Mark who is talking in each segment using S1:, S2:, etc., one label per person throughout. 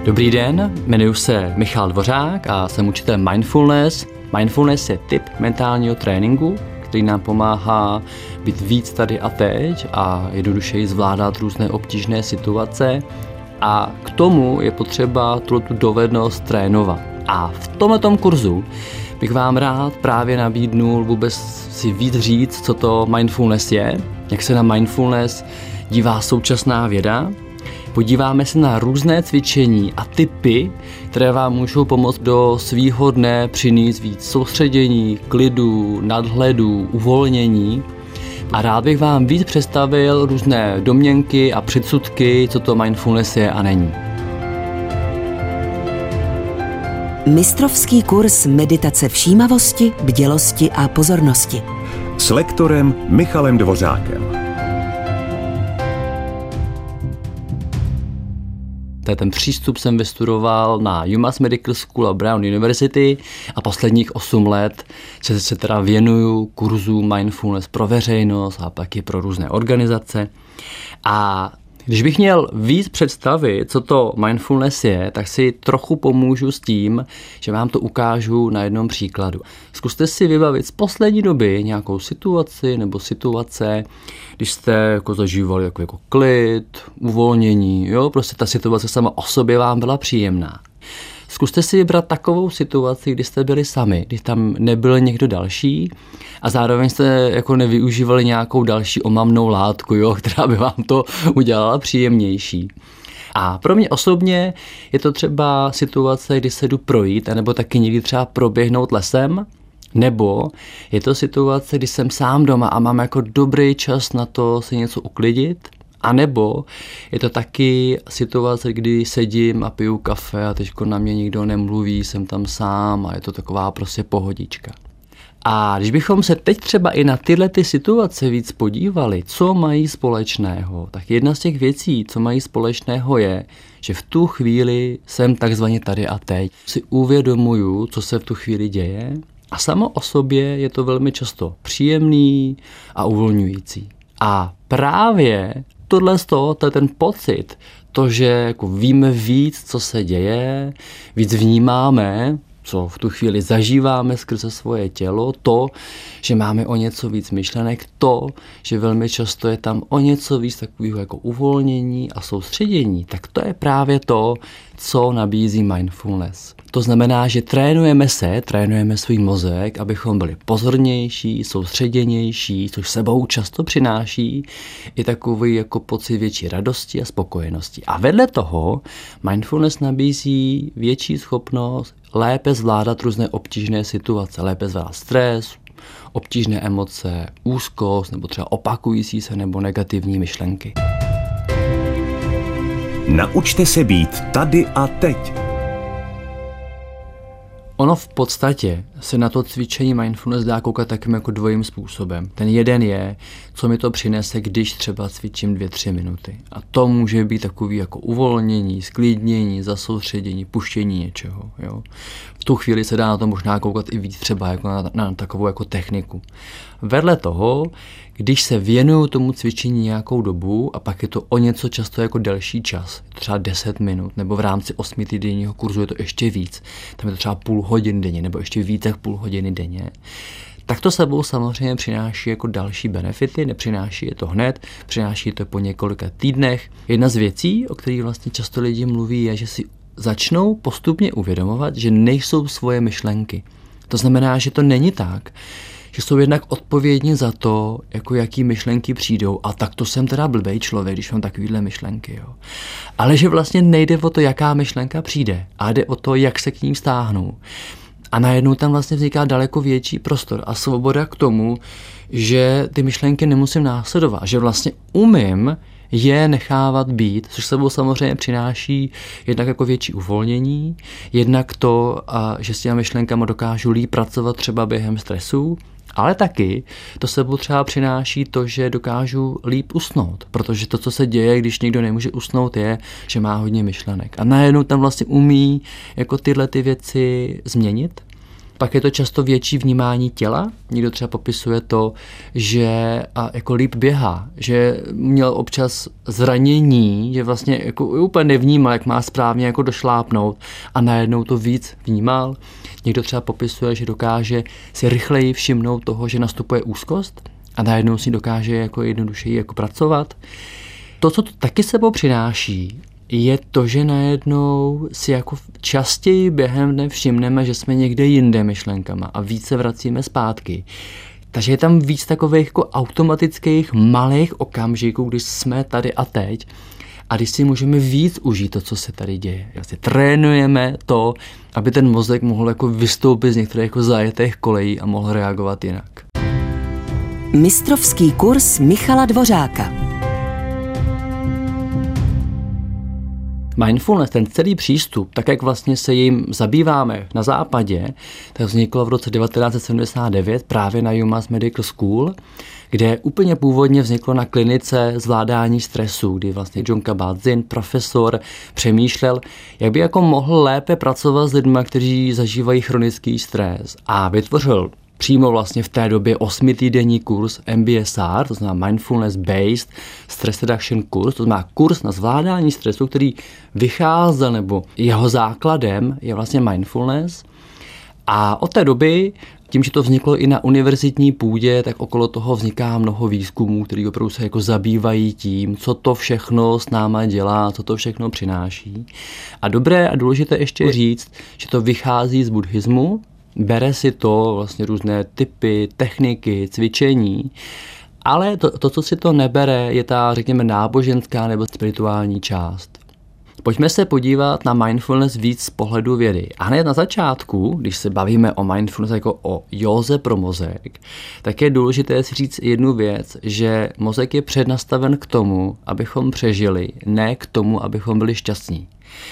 S1: Dobrý den, jmenuji se Michal Dvořák a jsem učitel mindfulness. Mindfulness je typ mentálního tréninku, který nám pomáhá být víc tady a teď a jednodušeji zvládat různé obtížné situace. A k tomu je potřeba tu dovednost trénovat. A v tomhletom kurzu bych vám rád právě nabídnul vůbec si víc říct, co to mindfulness je, jak se na mindfulness dívá současná věda. Podíváme se na různé cvičení a tipy, které vám můžou pomoct do svýho dne přinést víc soustředění, klidu, nadhledu, uvolnění. A rád bych vám víc představil různé domněnky a předsudky, co to mindfulness je a není.
S2: Mistrovský kurz meditace všímavosti, bdělosti a pozornosti.
S3: S lektorem Michalem Dvořákem.
S1: Ten přístup jsem vystudoval na UMass Medical School a Brown University a posledních 8 let se teda věnuju kurzu mindfulness pro veřejnost a pak i pro různé organizace. A když bych měl víc představit, co to mindfulness je, tak si trochu pomůžu s tím, že vám to ukážu na jednom příkladu. Zkuste si vybavit z poslední doby nějakou situaci nebo situace, když jste jako zažívali jako klid, uvolnění, jo, prostě ta situace sama o sobě vám byla příjemná. Zkuste si vybrat takovou situaci, kdy jste byli sami, kdy tam nebyl někdo další a zároveň jste jako nevyužívali nějakou další omamnou látku, jo, která by vám to udělala příjemnější. A pro mě osobně je to třeba situace, kdy se jdu projít, anebo taky někdy třeba proběhnout lesem, nebo je to situace, kdy jsem sám doma a mám jako dobrý čas na to si něco uklidit. A nebo je to taky situace, kdy sedím a piju kafe a teďko na mě nikdo nemluví, jsem tam sám a je to taková prostě pohodička. A když bychom se teď třeba i na tyhle ty situace víc podívali, co mají společného, tak jedna z těch věcí, co mají společného je, že v tu chvíli jsem takzvaně tady a teď. Si uvědomuju, co se v tu chvíli děje a samo o sobě je to velmi často příjemný a uvolňující. A právě to je ten pocit, to, že jako víme víc, co se děje, víc vnímáme, co v tu chvíli zažíváme skrze svoje tělo, to, že máme o něco víc myšlenek, to, že velmi často je tam o něco víc takového jako uvolnění a soustředění, tak to je právě to, co nabízí mindfulness. To znamená, že trénujeme svůj mozek, abychom byli pozornější, soustředěnější, což sebou často přináší i takový jako pocit větší radosti a spokojenosti. A vedle toho mindfulness nabízí větší schopnost lépe zvládat různé obtížné situace, lépe zvládat stres, obtížné emoce, úzkost nebo třeba opakující se nebo negativní myšlenky.
S3: Naučte se být tady a teď.
S1: Ono v podstatě se na to cvičení mindfulness dá koukat takým jako dvojím způsobem. Ten jeden je, co mi to přinese, když třeba cvičím 2-3 minuty. A to může být takový jako uvolnění, sklidnění, zasoustředění, puštění něčeho. Jo. V tu chvíli se dá na to možná koukat i víc třeba jako na takovou jako techniku. Vedle toho, když se věnuju tomu cvičení nějakou dobu a pak je to o něco často jako delší čas, třeba 10 minut, nebo v rámci 8 týdenního kurzu je to ještě víc, tam je to třeba půl hodiny denně, nebo ještě víc jak půl hodiny denně, tak to sebou samozřejmě přináší jako další benefity, nepřináší je to hned, přináší to po několika týdnech. Jedna z věcí, o kterých vlastně často lidi mluví, je, že si začnou postupně uvědomovat, že nejsou svoje myšlenky. To znamená, že to není tak, že jsou jednak odpovědní za to, jako jaký myšlenky přijdou a tak to jsem teda blbej člověk, když mám takovýhle myšlenky. Jo. Ale že vlastně nejde o to, jaká myšlenka přijde, ale jde o to, jak se k ní vztáhnou. A najednou tam vlastně vzniká daleko větší prostor a svoboda k tomu, že ty myšlenky nemusím následovat, že vlastně umím je nechávat být, což sebou samozřejmě přináší jednak jako větší uvolnění, jednak to, že s těmi myšlenkami dokážu líp pracovat třeba během stresu, ale taky to sebou třeba přináší to, že dokážu líp usnout, protože to, co se děje, když někdo nemůže usnout, je, že má hodně myšlenek. A najednou tam vlastně umí jako tyhle ty věci změnit. Pak je to často větší vnímání těla. Někdo třeba popisuje to, že jako líp běhá, že měl občas zranění, že vlastně jako úplně nevnímal, jak má správně jako došlápnout a najednou to víc vnímal. Někdo třeba popisuje, že dokáže si rychleji všimnout toho, že nastupuje úzkost a najednou si dokáže jako jednodušeji jako pracovat. To, co to taky sebou přináší, je to, že najednou si jako častěji během dne všimneme, že jsme někde jinde myšlenkama a víc se vracíme zpátky. Takže je tam víc takových jako automatických malých okamžiků, když jsme tady a teď a když si můžeme víc užít to, co se tady děje. Vlastně trénujeme to, aby ten mozek mohl jako vystoupit z některých jako zajetých kolejí a mohl reagovat jinak.
S2: Mistrovský kurz Michala Dvořáka.
S1: Mindfulness, ten celý přístup, tak jak vlastně se jim zabýváme na západě, to vzniklo v roce 1979 právě na UMass Medical School, kde úplně původně vzniklo na klinice zvládání stresu, kdy vlastně Jon Kabat-Zinn, profesor, přemýšlel, jak by jako mohl lépe pracovat s lidmi, kteří zažívají chronický stres a vytvořil přímo vlastně v té době 8týdenní kurz MBSR, to znamená Mindfulness Based Stress Reduction kurz, to znamená kurz na zvládání stresu, který vycházel, nebo jeho základem je vlastně mindfulness. A od té doby, tím, že to vzniklo i na univerzitní půdě, tak okolo toho vzniká mnoho výzkumů, který opravdu se jako zabývají tím, co to všechno s náma dělá, co to všechno přináší. A dobré a důležité ještě říct, že to vychází z buddhismu, bere si to vlastně různé typy, techniky, cvičení, ale to, co si to nebere, je ta, řekněme, náboženská nebo spirituální část. Pojďme se podívat na mindfulness víc z pohledu vědy. A hned na začátku, když se bavíme o mindfulness jako o józe pro mozek, tak je důležité si říct jednu věc, že mozek je přednastaven k tomu, abychom přežili, ne k tomu, abychom byli šťastní.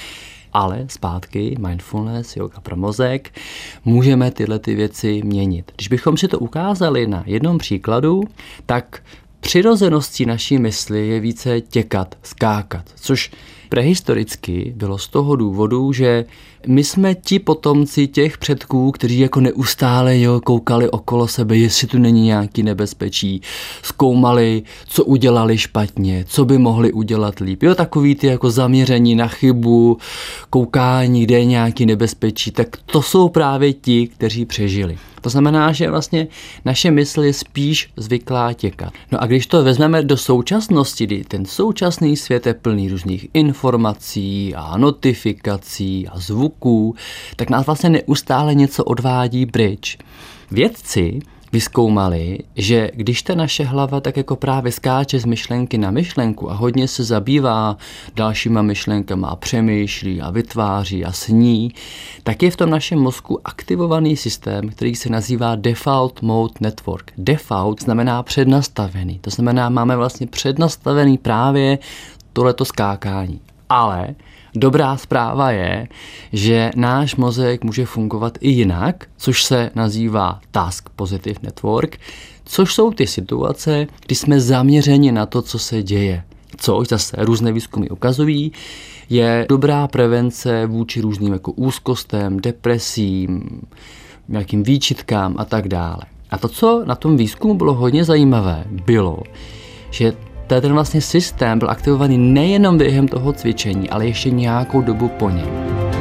S1: Ale zpátky, mindfulness, yoga pro mozek, můžeme tyhle ty věci měnit. Když bychom si to ukázali na jednom příkladu, tak přirozeností naší mysli je více těkat, skákat, což prehistoricky bylo z toho důvodu, že my jsme ti potomci těch předků, kteří jako neustále koukali okolo sebe, jestli tu není nějaký nebezpečí, zkoumali, co udělali špatně, co by mohli udělat líp. Takový ty jako zaměření na chybu, koukání, kde je nějaký nebezpečí, tak to jsou právě ti, kteří přežili. To znamená, že vlastně naše mysl je spíš zvyklá těkat. No a když to vezmeme do současnosti, kdy ten současný svět je plný různých informací a notifikací a zvuků, tak nás vlastně neustále něco odvádí pryč. Vědci vyzkoumali, že když ta naše hlava tak jako právě skáče z myšlenky na myšlenku a hodně se zabývá dalšíma myšlenkama a přemýšlí a vytváří a sní, tak je v tom našem mozku aktivovaný systém, který se nazývá Default Mode Network. Default znamená přednastavený, to znamená, máme vlastně přednastavený právě tohleto skákání. Ale dobrá zpráva je, že náš mozek může fungovat i jinak, což se nazývá Task Positive Network, což jsou ty situace, kdy jsme zaměřeni na to, co se děje. Což zase různé výzkumy ukazují, je dobrá prevence vůči různým jako úzkostem, depresím, nějakým výčitkám a tak dále. A to, co na tom výzkumu bylo hodně zajímavé, bylo, že ten vlastně systém byl aktivovaný nejenom během toho cvičení, ale ještě nějakou dobu po něm.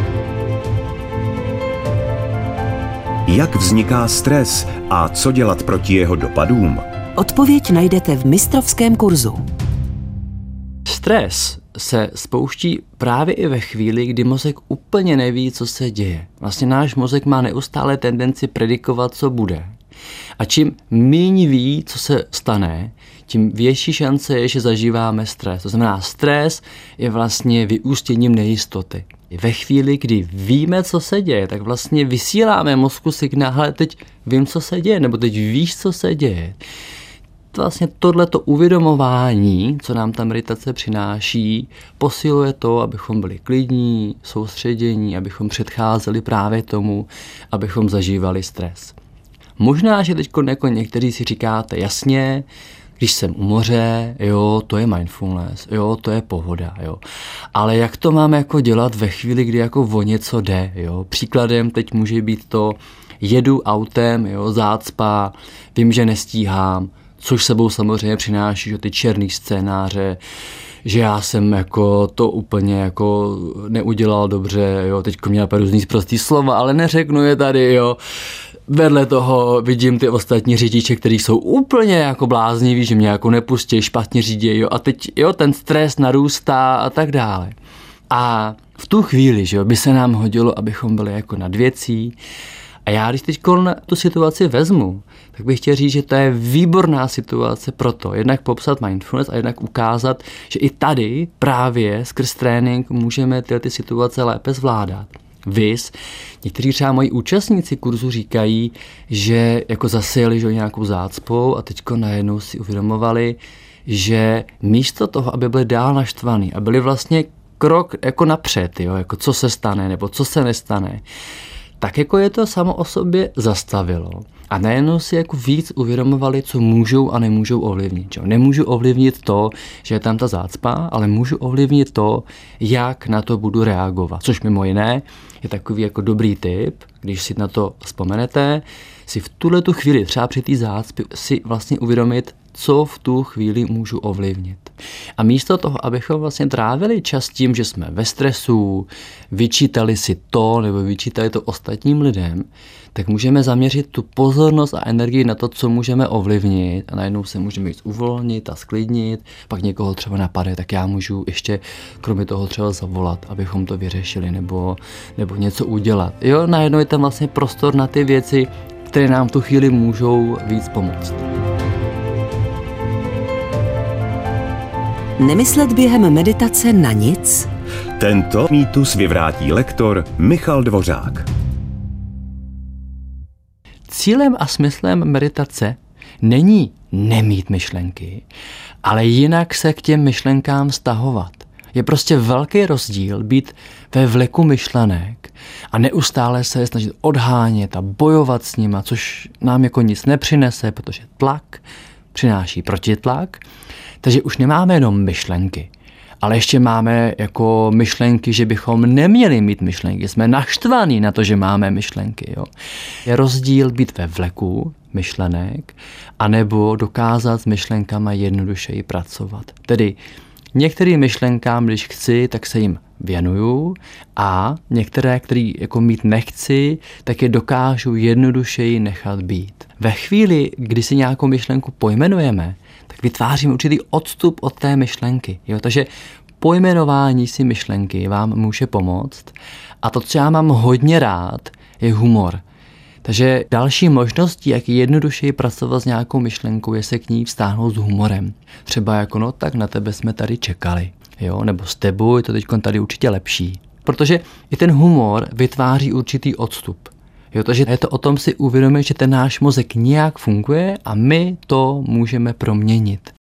S3: Jak vzniká stres a co dělat proti jeho dopadům?
S2: Odpověď najdete v mistrovském kurzu.
S1: Stres se spouští právě i ve chvíli, kdy mozek úplně neví, co se děje. Vlastně náš mozek má neustále tendenci predikovat, co bude. A čím míň ví, co se stane, tím větší šance je, že zažíváme stres. To znamená, stres je vlastně vyústěním nejistoty. Ve chvíli, kdy víme, co se děje, tak vlastně vysíláme mozku signál, hele, teď vím, co se děje, nebo teď víš, co se děje. Vlastně tohleto uvědomování, co nám ta meditace přináší, posiluje to, abychom byli klidní, soustředění, abychom předcházeli právě tomu, abychom zažívali stres. Možná, že teď jako někteří si říkáte, jasně, když jsem u moře, jo, to je mindfulness, jo, to je pohoda, jo. Ale jak to máme jako dělat ve chvíli, kdy jako o něco jde, jo. Příkladem teď může být to, jedu autem, jo, zácpa, vím, že nestíhám, což sebou samozřejmě přináší, že ty černý scénáře, že já jsem jako to úplně jako neudělal dobře, jo, teďko mě napadá různý sprostý slova, ale neřeknu je tady, jo. Vedle toho vidím ty ostatní řidiče, kteří jsou úplně jako blázniví, že mě jako nepustí, špatně řídí, jo, a teď, jo, ten stres narůstá a tak dále. A v tu chvíli, že jo, by se nám hodilo, abychom byli jako nad věcí. A já, když teď tu situaci vezmu, tak bych chtěl říct, že to je výborná situace pro to, jednak popsat mindfulness a jednak ukázat, že i tady právě skrz trénink můžeme ty situace lépe zvládat. Viz, někteří třeba moji účastníci kurzu říkají, že jako zasejeli že nějakou zácpou a teďko najednou si uvědomovali, že místo toho, aby byli dál naštvaný a byli vlastně krok jako napřed, jo, jako co se stane nebo co se nestane, tak jako je to samo o sobě zastavilo. A najednou si jako víc uvědomovali, co můžou a nemůžou ovlivnit. Čo? Nemůžu ovlivnit to, že je tam ta zácpa, ale můžu ovlivnit to, jak na to budu reagovat. Což mimo jiné je takový jako dobrý tip, když si na to vzpomenete, si v tuhletu chvíli, třeba při té zácpě, si vlastně uvědomit, co v tu chvíli můžu ovlivnit. A místo toho, abychom vlastně trávili čas tím, že jsme ve stresu, vyčítali si to nebo vyčítali to ostatním lidem, tak můžeme zaměřit tu pozornost a energii na to, co můžeme ovlivnit a najednou se můžeme víc uvolnit a sklidnit, pak někoho třeba napadne, tak já můžu ještě kromě toho třeba zavolat, abychom to vyřešili nebo něco udělat. Jo, najednou je tam vlastně prostor na ty věci, které nám v tu chvíli můžou víc pomoct.
S2: Nemyslet během meditace na nic?
S3: Tento mýtus vyvrátí lektor Michal Dvořák.
S1: Cílem a smyslem meditace není nemít myšlenky, ale jinak se k těm myšlenkám vztahovat. Je prostě velký rozdíl být ve vleku myšlenek a neustále se snažit odhánět a bojovat s nima, což nám jako nic nepřinese, protože tlak přináší protitlak. Takže už nemáme jenom myšlenky, ale ještě máme jako myšlenky, že bychom neměli mít myšlenky. Jsme naštvaní na to, že máme myšlenky. Jo. Je rozdíl být ve vleku myšlenek anebo dokázat s myšlenkama jednodušeji pracovat. Tedy některým myšlenkám, když chci, tak se jim věnuju a některé, které jako mít nechci, tak je dokážu jednodušeji nechat být. Ve chvíli, kdy si nějakou myšlenku pojmenujeme, tak vytvářím určitý odstup od té myšlenky. Jo? Takže pojmenování si myšlenky vám může pomoct. A to, co já mám hodně rád, je humor. Takže další možností, jak jednodušeji pracovat s nějakou myšlenkou, je se k ní vztáhnout s humorem. Třeba jako no tak na tebe jsme tady čekali. Jo? Nebo s tebou je to teď tady určitě lepší. Protože i ten humor vytváří určitý odstup. Jo, takže je to o tom si uvědomit, že ten náš mozek nějak funguje a my to můžeme proměnit.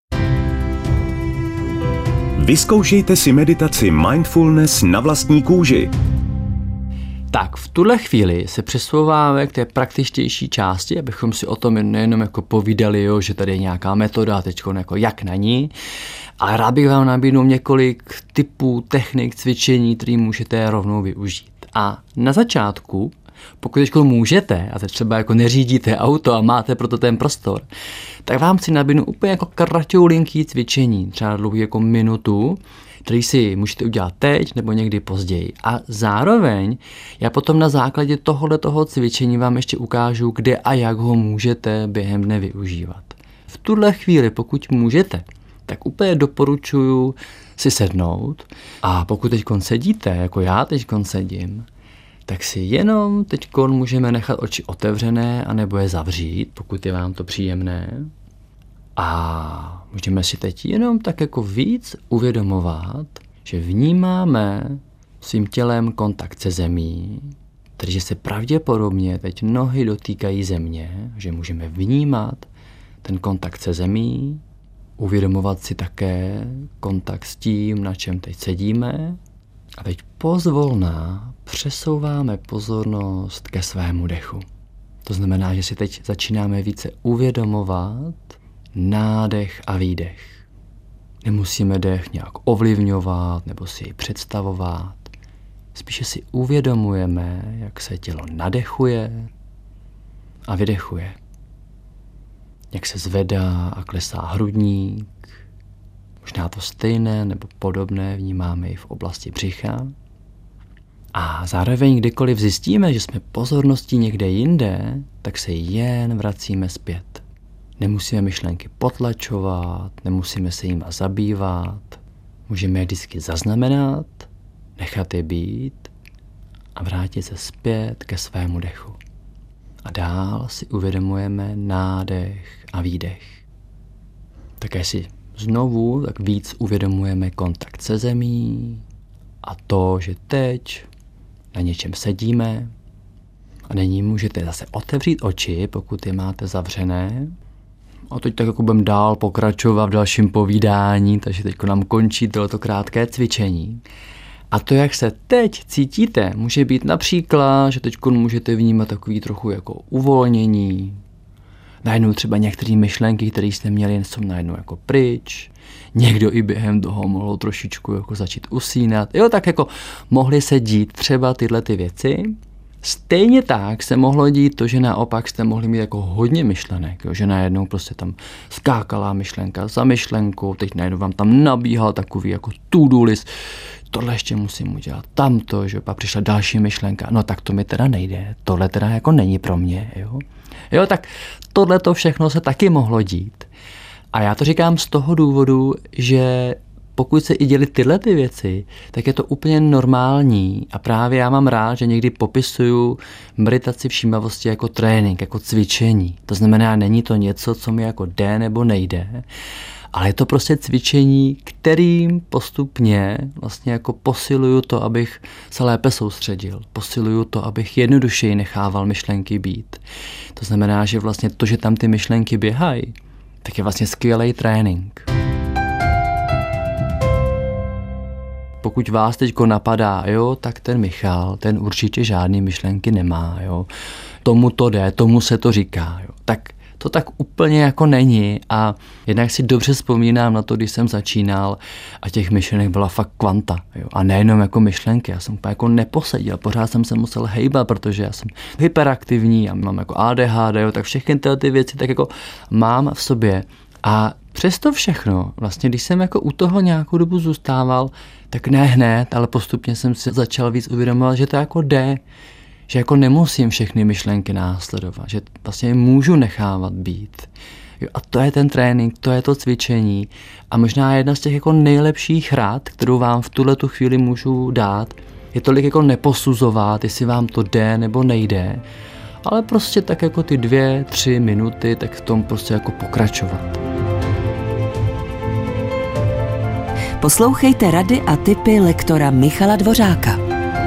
S3: Vyzkoušejte si meditaci mindfulness na vlastní kůži.
S1: Tak v tuhle chvíli se přesouváme k té praktičtější části, abychom si o tom nejenom jako povídali, jo, že tady je nějaká metoda, teď jako jak na ní, ale rád bych vám nabídnul několik typů, technik, cvičení, které můžete rovnou využít. A na začátku, pokud teď můžete, a teď třeba jako neřídíte auto a máte proto ten prostor, tak vám si nabídnu úplně jako kratoulinký cvičení, třeba dlouhý jako minutu, který si můžete udělat teď nebo někdy později. A zároveň já potom na základě tohoto cvičení vám ještě ukážu, kde a jak ho můžete během dne využívat. V tuhle chvíli, pokud můžete, tak úplně doporučuji si sednout a pokud teď sedíte, jako já teď sedím, tak si jenom teď můžeme nechat oči otevřené anebo je zavřít, pokud je vám to příjemné. A můžeme si teď jenom tak jako víc uvědomovat, že vnímáme svým tělem kontakt se zemí, tedy že se pravděpodobně teď nohy dotýkají země, že můžeme vnímat ten kontakt se zemí, uvědomovat si také kontakt s tím, na čem teď sedíme. A teď pozvolna přesouváme pozornost ke svému dechu. To znamená, že si teď začínáme více uvědomovat nádech a výdech. Nemusíme dech nějak ovlivňovat nebo si jej představovat. Spíše si uvědomujeme, jak se tělo nadechuje a vydechuje. Jak se zvedá a klesá hrudník. Možná to stejné nebo podobné vnímáme i v oblasti břicha. A zároveň kdykoliv zjistíme, že jsme pozorností někde jinde, tak se jen vracíme zpět. Nemusíme myšlenky potlačovat, nemusíme se jima zabývat. Můžeme je vždycky zaznamenat, nechat je být a vrátit se zpět ke svému dechu. A dál si uvědomujeme nádech a výdech. Také si znovu tak víc uvědomujeme kontakt se zemí a to, že teď na něčem sedíme a nyní můžete zase otevřít oči, pokud je máte zavřené. A teď tak jako budeme dál pokračovat v dalším povídání, takže teď nám končí tohleto krátké cvičení. A to, jak se teď cítíte, může být například, že teď můžete vnímat takový trochu jako uvolnění. Najednou třeba některé myšlenky, které jste měli, jsou najednou jako pryč. Někdo i během toho mohl trošičku jako začít usínat. Jo, tak jako mohly se dít třeba tyhle ty věci. Stejně tak se mohlo dít to, že naopak jste mohli mít jako hodně myšlenek, jo, že najednou prostě tam skákala myšlenka za myšlenkou, teď najednou vám tam nabíhal takový jako to-do list, tohle ještě musím udělat, tamto, že pak přišla další myšlenka, no tak to mi teda nejde, tohle teda jako není pro mě, jo, tak tohle to všechno se taky mohlo dít. A já to říkám z toho důvodu, že pokud se i děli tyhle ty věci, tak je to úplně normální a právě já mám rád, že někdy popisuju meditaci všímavosti jako trénink, jako cvičení. To znamená, není to něco, co mi jako jde nebo nejde, ale je to prostě cvičení, kterým postupně vlastně jako posiluju to, abych se lépe soustředil. Posiluju to, abych jednodušeji nechával myšlenky být. To znamená, že vlastně to, že tam ty myšlenky běhají, tak je vlastně skvělý trénink. Pokud vás teďko napadá, jo, tak ten Michal, ten určitě žádný myšlenky nemá, jo. Tomu to jde, tomu se to říká, jo. Tak to tak úplně jako není a jednak si dobře vzpomínám na to, když jsem začínal a těch myšlenek byla fakt kvanta, jo. A nejenom jako myšlenky, já jsem úplně jako neposeděl, pořád jsem se musel hejbat, protože já jsem hyperaktivní a mám jako ADHD, jo, tak všechny ty věci tak jako mám v sobě a přesto všechno, vlastně když jsem jako u toho nějakou dobu zůstával, tak ne hned, ale postupně jsem si začal víc uvědomovat, že to jako jde, že jako nemusím všechny myšlenky následovat, že vlastně můžu nechávat být. Jo, a to je ten trénink, to je to cvičení a možná jedna z těch jako nejlepších rad, kterou vám v tuhletu chvíli můžu dát, je tolik jako neposuzovat, jestli vám to jde nebo nejde, ale prostě tak jako ty 2-3 minuty, tak v tom prostě jako pokračovat.
S2: Poslouchejte rady a tipy lektora Michala Dvořáka.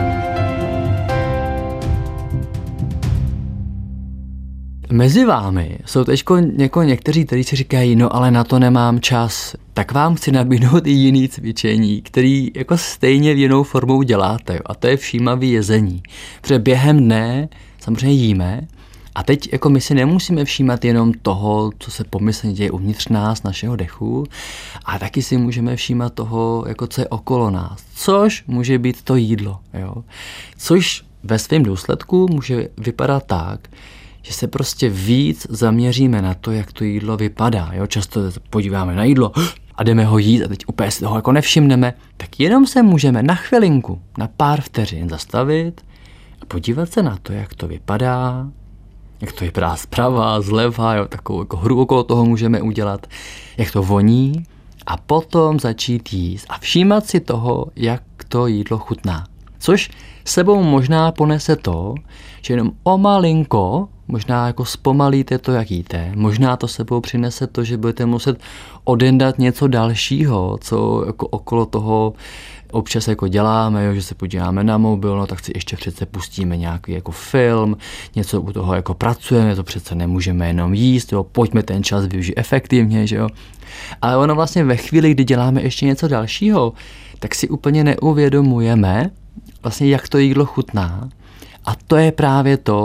S1: Mezi vámi jsou teďko někteří, kteří si říkají, no ale na to nemám čas, tak vám chci nabídnout i jiný cvičení, který jako stejně v jinou formou děláte, jo, a to je všímavý jezení. Protože během dne samozřejmě jíme a teď jako my si nemusíme všímat jenom toho, co se pomyslně děje uvnitř nás, našeho dechu, a taky si můžeme všímat toho, jako co je okolo nás, což může být to jídlo, jo. Což ve svém důsledku může vypadat tak, že se prostě víc zaměříme na to, jak to jídlo vypadá. Jo? Často se podíváme na jídlo a jdeme ho jít a teď úplně si toho jako nevšimneme. Tak jenom se můžeme na chvilinku, na pár vteřin zastavit a podívat se na to, jak to vypadá, jak to vypadá zprava, zleva, jo? Takovou jako hru okolo toho můžeme udělat, jak to voní a potom začít jíst a všímat si toho, jak to jídlo chutná. Což sebou možná ponese to, že jenom o malinko, možná jako zpomalíte to, jak jíte. Možná to sebou přinese to, že budete muset odendat něco dalšího, co jako okolo toho občas jako děláme, jo, že se podíváme na mobil, no tak si ještě přece pustíme nějaký jako film, něco u toho jako pracujeme, to přece nemůžeme jenom jíst, jo, pojďme ten čas využít efektivně, že jo. Ale ono vlastně ve chvíli, kdy děláme ještě něco dalšího, tak si úplně neuvědomujeme vlastně, jak to jídlo chutná. A to je právě to,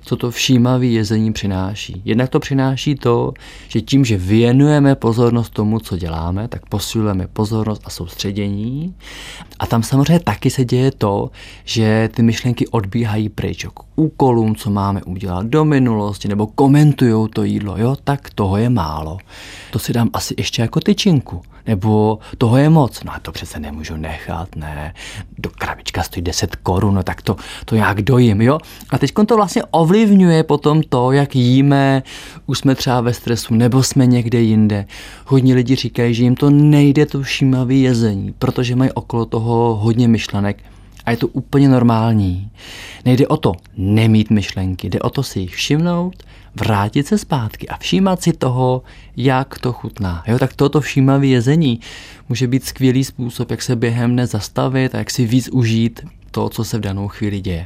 S1: co to všímavé jezení přináší. Jednak to přináší to, že tím, že věnujeme pozornost tomu, co děláme, tak posilujeme pozornost a soustředění. A tam samozřejmě taky se děje to, že ty myšlenky odbíhají pryč k úkolům, co máme udělat do minulosti, nebo komentujou to jídlo. Jo, tak toho je málo. To si dám asi ještě jako tyčinku. Nebo toho je moc. No a to přece nemůžu nechat, ne. Do krabička stojí 10 korun, no tak to nějak dojím, jo. A teď to vlastně ovlivňuje potom to, jak jíme, už jsme třeba ve stresu, nebo jsme někde jinde. Hodně lidí říkají, že jim to nejde to všímavé jezení, protože mají okolo toho hodně myšlenek. A je to úplně normální. Nejde o to nemít myšlenky, jde o to si jich všimnout, vrátit se zpátky a všímat si toho, jak to chutná. Jo, tak toto všímavé jezení může být skvělý způsob, jak se během dne zastavit a jak si víc užít to, co se v danou chvíli děje.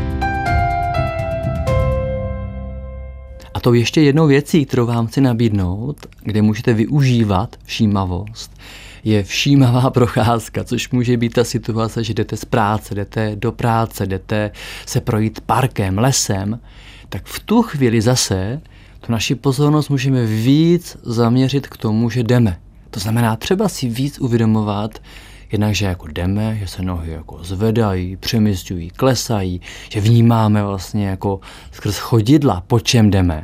S1: A to ještě jednou věcí, kterou vám chci nabídnout, kde můžete využívat všímavost, je všímavá procházka, což může být ta situace, že jdete z práce, jdete do práce, jdete se projít parkem, lesem, tak v tu chvíli zase tu naši pozornost můžeme víc zaměřit k tomu, že jdeme. To znamená třeba si víc uvědomovat, jednak, že jako jdeme, že se nohy jako zvedají, přemysťují, klesají, že vnímáme vlastně jako skrz chodidla, po čem jdeme.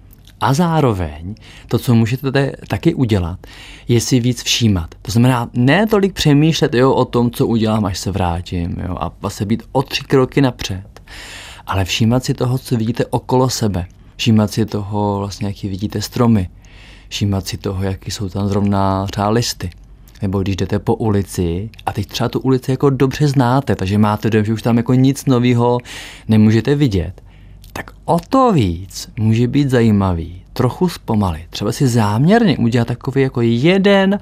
S1: A zároveň to, co můžete taky udělat, je si víc všímat. To znamená ne tolik přemýšlet o tom, co udělám, až se vrátím, a vlastně být o 3 kroky napřed, ale všímat si toho, co vidíte okolo sebe. Všímat si toho, vlastně, jaký vidíte stromy. Všímat si toho, jaký jsou tam zrovna třeba listy. Nebo když jdete po ulici a teď třeba tu ulici jako dobře znáte, takže máte dojem, že už tam jako nic nového nemůžete vidět, tak o to víc může být zajímavý trochu zpomalit. Třeba si záměrně udělat takový jako jeden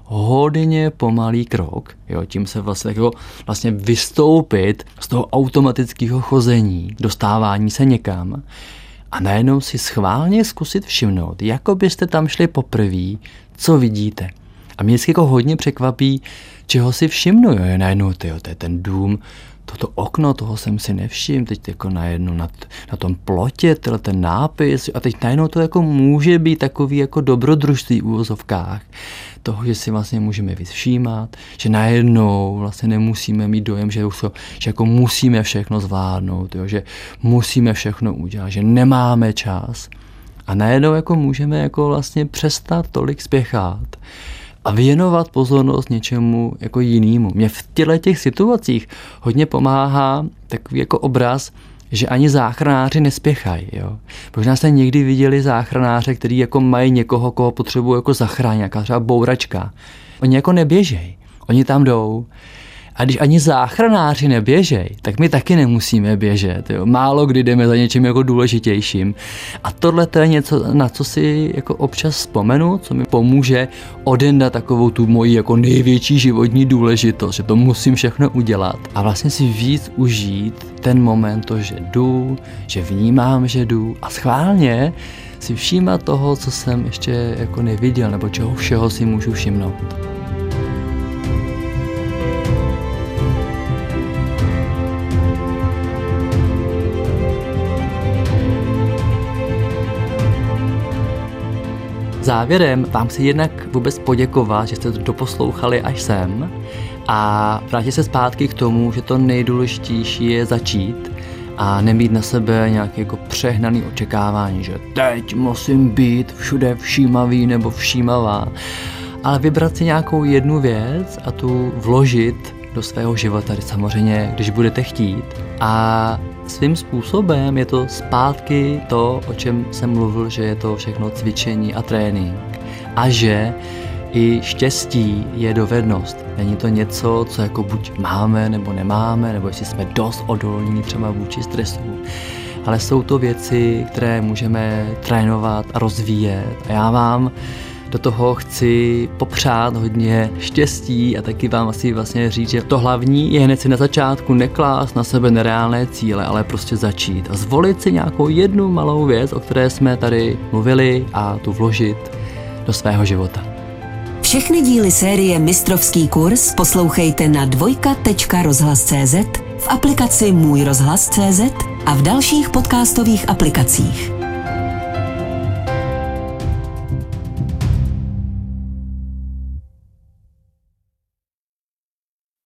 S1: hodně pomalý krok, jo, tím se vlastně vystoupit z toho automatického chození, dostávání se někam a najednou si schválně zkusit všimnout, jako byste tam šli poprvé, co vidíte. A mě vždycky jako hodně překvapí, čeho si všimnu, jo, najednou to je ten dům, toto okno, toho jsem si nevšiml, teď jako najednou na tom plotě, ten nápis a teď najednou to jako může být takový jako dobrodružství v úvozovkách toho, že si vlastně můžeme víc všímat, že najednou vlastně nemusíme mít dojem, že jako musíme všechno zvládnout, jo, že musíme všechno udělat, že nemáme čas a najednou jako můžeme jako vlastně přestat tolik spěchat a věnovat pozornost něčemu jako jinému. Mě v těch situacích hodně pomáhá takový jako obraz, že ani záchranáři nespěchají. Jo. Možná jste někdy viděli záchranáře, který jako mají někoho, koho potřebují jako zachránit, nějaká třeba bouračka. Oni jako neběžejí, oni tam jdou. A když ani záchranáři neběžej, tak my taky nemusíme běžet. Jo. Málo kdy jdeme za něčím jako důležitějším. A tohle to je něco, na co si jako občas vzpomenu, co mi pomůže odendat takovou tu moji jako největší životní důležitost, že to musím všechno udělat. A vlastně si víc užít ten moment, to, že jdu, že vnímám, že jdu a schválně si všímat toho, co jsem ještě jako neviděl, nebo čeho všeho si můžu všimnout. Závěrem vám chci jednak vůbec poděkovat, že jste to doposlouchali až sem a vrátit se zpátky k tomu, že to nejdůležitější je začít a nemít na sebe nějaké jako přehnané očekávání, že teď musím být všude všímavý nebo všímavá, ale vybrat si nějakou jednu věc a tu vložit do svého života, samozřejmě, když budete chtít. A svým způsobem je to zpátky to, o čem jsem mluvil, že je to všechno cvičení a trénink. A že i štěstí je dovednost. Není to něco, co jako buď máme nebo nemáme, nebo jestli jsme dost odolní třeba vůči stresu. Ale jsou to věci, které můžeme trénovat a rozvíjet. A já vám do toho chci popřát hodně štěstí a taky vám asi vlastně říct, že to hlavní je hned si na začátku neklást na sebe nereálné cíle, ale prostě začít a zvolit si nějakou jednu malou věc, o které jsme tady mluvili a tu vložit do svého života.
S2: Všechny díly série Mistrovský kurz poslouchejte na dvojka.rozhlas.cz, v aplikaci Můj rozhlas.cz a v dalších podcastových aplikacích.